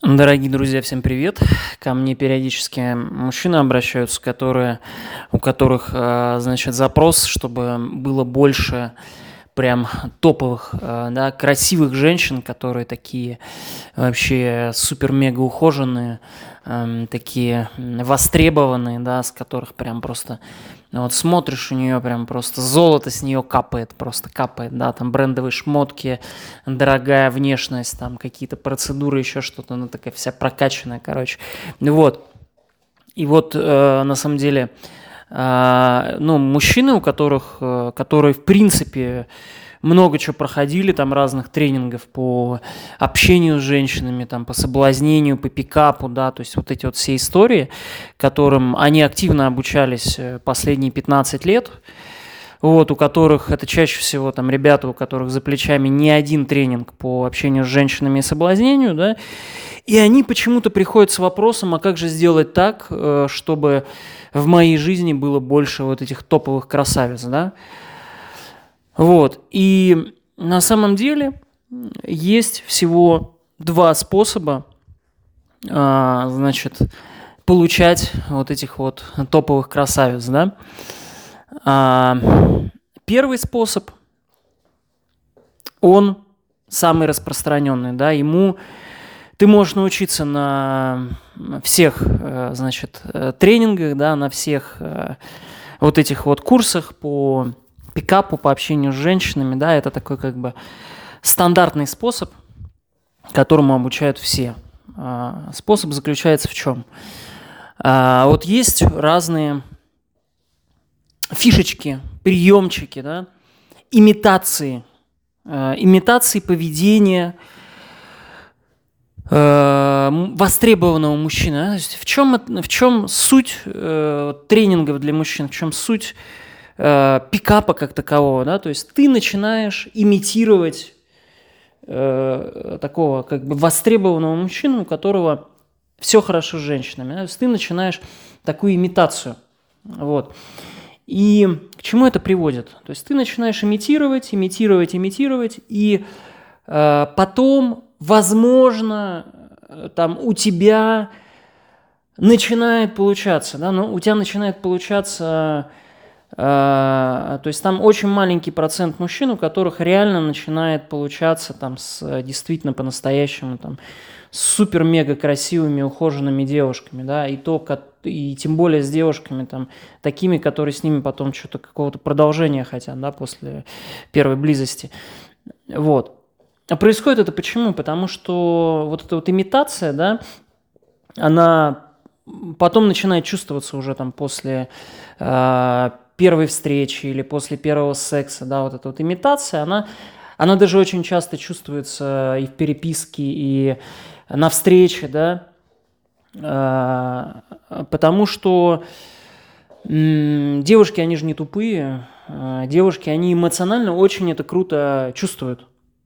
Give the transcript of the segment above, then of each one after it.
Дорогие друзья, всем привет! Ко мне периодически мужчины обращаются, у которых, значит, запрос, чтобы было больше прям топовых, да, красивых женщин, которые такие вообще супер-мега ухоженные, такие востребованные, да, с которых прям просто вот смотришь, у нее прям просто золото с нее капает, просто капает, да, там брендовые шмотки, дорогая внешность, там какие-то процедуры, еще что-то, она такая вся прокачанная, короче. Вот. И вот на самом деле, мужчины, которые в принципе много чего проходили, там разных тренингов по общению с женщинами, там по соблазнению, по пикапу, да, то есть вот эти вот все истории, которым они активно обучались последние 15 лет, вот, у которых это чаще всего там ребята, у которых за плечами не один тренинг по общению с женщинами и соблазнению, да, и они почему-то приходят с вопросом, а как же сделать так, чтобы в моей жизни было больше вот этих топовых красавиц, да. Вот, и на самом деле есть всего два способа, значит, получать вот этих вот топовых красавиц, да. Первый способ, он самый распространенный, да, ты можешь научиться на всех, значит, тренингах, да, на всех вот этих вот курсах по пикапу, по общению с женщинами, да, это такой как бы стандартный способ, которому обучают все. Способ заключается в чем? Вот есть разные фишечки, приемчики, да, имитации поведения востребованного мужчины. Да? То есть в чем суть тренингов для мужчин, в чем суть пикапа как такового, да? То есть ты начинаешь имитировать такого как бы востребованного мужчину, у которого все хорошо с женщинами. Да? То есть ты начинаешь такую имитацию. Вот. И к чему это приводит? То есть ты начинаешь имитировать, и потом, возможно, там у тебя начинает получаться, да, но у тебя начинает получаться, то есть там очень маленький процент мужчин, у которых реально начинает получаться там с действительно по-настоящему там супер-мега красивыми, ухоженными девушками, да, и тем более с девушками там такими, которые с ними потом что-то какого-то продолжения хотят, да, после первой близости. Вот. А происходит это почему? Потому что вот эта вот имитация, да, она потом начинает чувствоваться уже там после первой встречи или после первого секса, да, вот эта вот имитация, она даже очень часто чувствуется и в переписке, и на встрече, да, потому что девушки, они же не тупые, девушки, они эмоционально очень это круто чувствуют.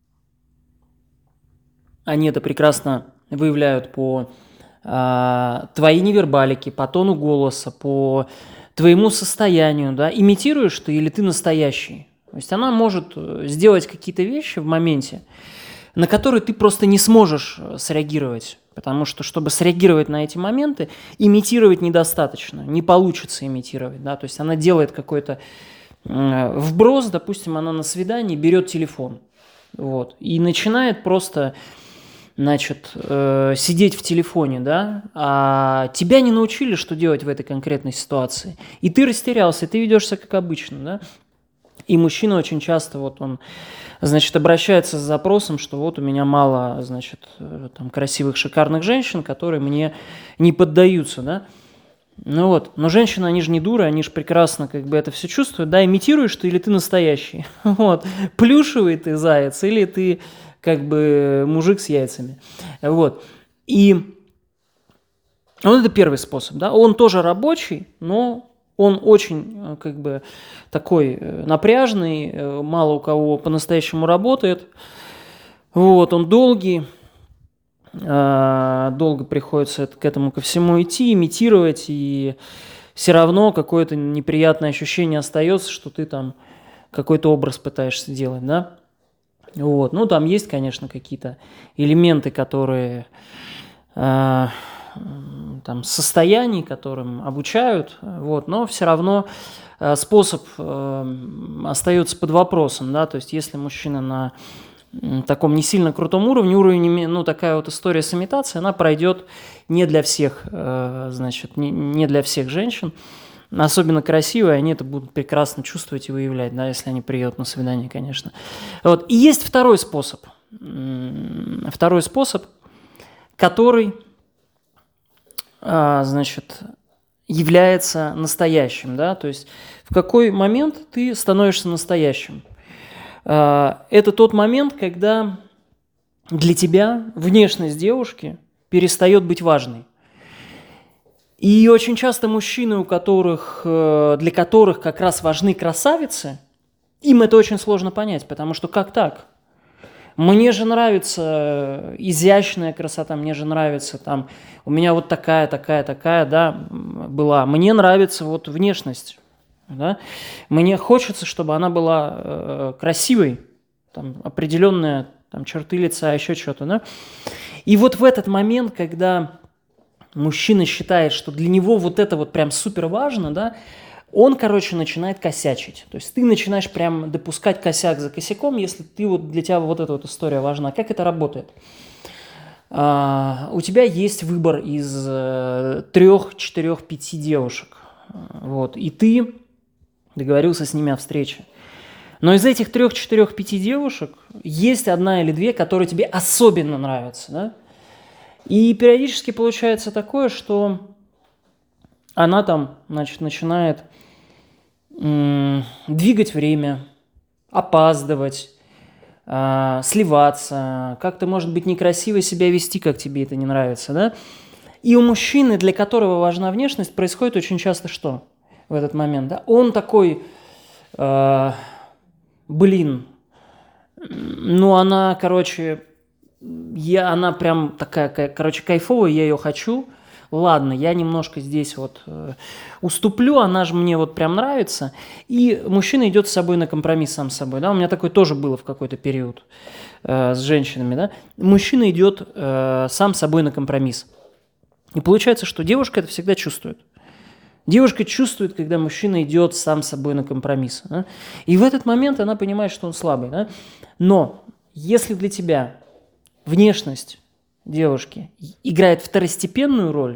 Они это прекрасно выявляют по твоей невербалике, по тону голоса, по твоему состоянию, да, имитируешь ты или ты настоящий. То есть она может сделать какие-то вещи в моменте, на которые ты просто не сможешь среагировать. Потому что, чтобы среагировать на эти моменты, имитировать недостаточно, не получится имитировать. Да? То есть она делает какой-то вброс, допустим, она на свидании берет телефон, вот, и начинает просто, значит, сидеть в телефоне, да, а тебя не научили, что делать в этой конкретной ситуации. И ты растерялся, ты ведешься как обычно, да. И мужчина очень часто, вот он, значит, обращается с запросом, что вот у меня мало, значит, там, красивых, шикарных женщин, которые мне не поддаются, да. Ну вот, но женщины, они же не дуры, они же прекрасно как бы это все чувствуют, да, имитируешь ты или ты настоящий, вот, плюшевый ты заяц или ты как бы мужик с яйцами, вот, и вот это первый способ, да, он тоже рабочий, но он очень как бы такой напряжный, мало у кого по-настоящему работает, вот, он долгий, долго приходится к этому ко всему идти, имитировать, и все равно какое-то неприятное ощущение остается, что ты там какой-то образ пытаешься делать, да. Вот. Ну, там есть, конечно, какие-то элементы, которые там, состояний, которым обучают, вот, но все равно способ остается под вопросом, да, то есть если мужчина на таком не сильно крутом уровне, ну, такая вот история с имитацией, она пройдет не для всех, значит, не для всех женщин, особенно красивые, они это будут прекрасно чувствовать и выявлять, да, если они приедут на свидание, конечно. Вот. И есть второй способ, который, значит, является настоящим, да, то есть в какой момент ты становишься настоящим. Это тот момент, когда для тебя внешность девушки перестает быть важной. И очень часто мужчины, для которых как раз важны красавицы, им это очень сложно понять, потому что как так? Мне же нравится изящная красота, мне же нравится там, у меня вот такая, да, была. Мне нравится вот внешность, да. Мне хочется, чтобы она была красивой, там определенные там черты лица, еще что-то, да. И вот в этот момент, когда мужчина считает, что для него вот это вот прям супер важно, да, он, начинает косячить. То есть ты начинаешь прям допускать косяк за косяком, если для тебя вот эта вот история важна. Как это работает? У тебя есть выбор из 3, 4, 5 девушек. Вот, и ты договорился с ними о встрече. Но из этих 3, 4, 5 девушек есть 1 или 2, которые тебе особенно нравятся, да? И периодически получается такое, что она там, начинает двигать время, опаздывать, сливаться, как-то, может быть, некрасиво себя вести, как тебе это не нравится, да? И у мужчины, для которого важна внешность, происходит очень часто что в этот момент, да? Он такой, она, она прям такая, кайфовая, я ее хочу. Ладно, я немножко здесь уступлю, она же мне прям нравится. И мужчина идет с собой на компромисс сам с собой. Да? У меня такое тоже было в какой-то период с женщинами. Да? Мужчина идет сам с собой на компромисс. И получается, что девушка это всегда чувствует. Девушка чувствует, когда мужчина идет сам с собой на компромисс. Да? И в этот момент она понимает, что он слабый. Да? Но если для тебя внешность девушки играет второстепенную роль,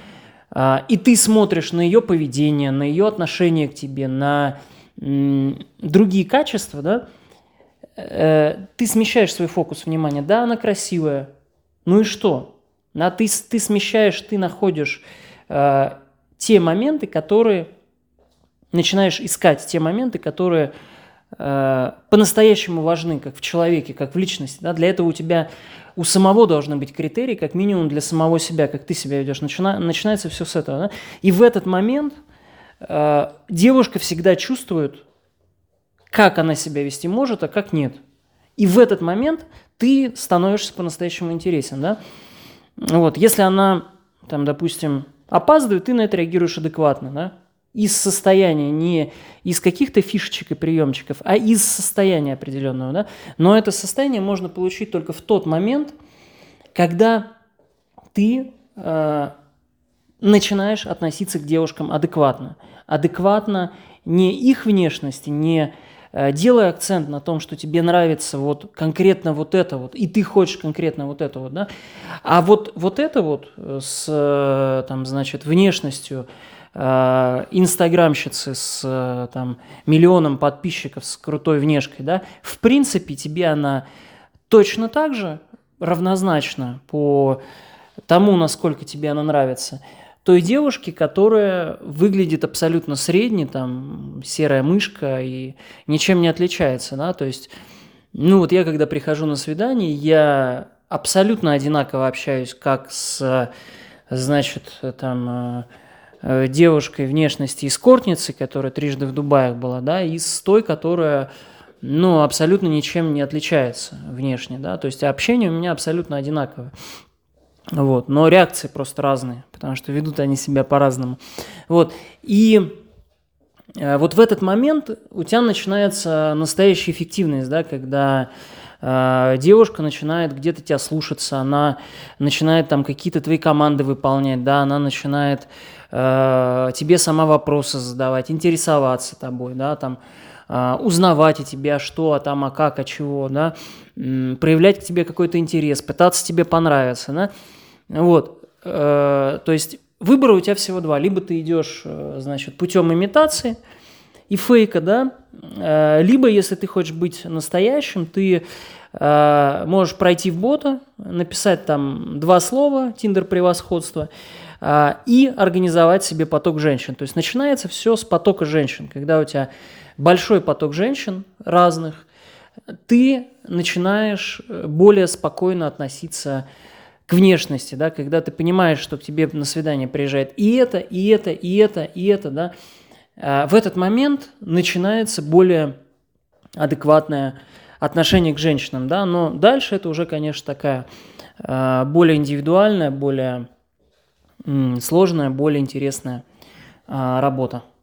и ты смотришь на ее поведение, на ее отношение к тебе, на другие качества, да, ты смещаешь свой фокус внимания. Да, она красивая, ну и что? Да, ты смещаешь, ты находишь те моменты, которые начинаешь искать, те моменты, которые по-настоящему важны, как в человеке, как в личности. Да? Для этого у тебя у самого должны быть критерии, как минимум для самого себя, как ты себя ведешь. Начинается все с этого. Да? И в этот момент девушка всегда чувствует, как она себя вести может, а как нет. И в этот момент ты становишься по-настоящему интересен. Да? Вот. Если она, там, допустим, опаздывает, ты на это реагируешь адекватно. Да? Из состояния, не из каких-то фишечек и приемчиков, а из состояния определенного. Да? Но это состояние можно получить только в тот момент, когда ты начинаешь относиться к девушкам адекватно. Адекватно не их внешности, не делая акцент на том, что тебе нравится конкретно это, и ты хочешь конкретно это, да? А это с, внешностью инстаграмщицы с миллионом подписчиков, с крутой внешкой, да, в принципе, тебе она точно так же равнозначна по тому, насколько тебе она нравится, той девушке, которая выглядит абсолютно средней, там, серая мышка и ничем не отличается, да, то есть, я когда прихожу на свидание, я абсолютно одинаково общаюсь как с, девушкой внешности эскортницы, которая трижды в Дубаях была, да, и с той, которая, абсолютно ничем не отличается внешне, да, то есть общение у меня абсолютно одинаковое. Но реакции просто разные, потому что ведут они себя по-разному. И в этот момент у тебя начинается настоящая эффективность, да, когда девушка начинает где-то тебя слушаться, она начинает там какие-то твои команды выполнять, да, она начинает тебе сама вопросы задавать, интересоваться тобой, да, там, узнавать о тебе, а что, а там, а как, а чего, да, проявлять к тебе какой-то интерес, пытаться тебе понравиться, да, вот, то есть выбора у тебя всего два, либо ты идешь, значит, путем имитации и фейка, да, либо, если ты хочешь быть настоящим, ты можешь пройти в бота, написать там 2 слова «Тиндер превосходство» и организовать себе поток женщин. То есть начинается все с потока женщин. Когда у тебя большой поток женщин разных, ты начинаешь более спокойно относиться к внешности, да, когда ты понимаешь, что к тебе на свидание приезжает и это, и это, и это, и это, да, в этот момент начинается более адекватное отношение к женщинам, да, но дальше это уже, конечно, такая более индивидуальная, более сложная, более интересная работа.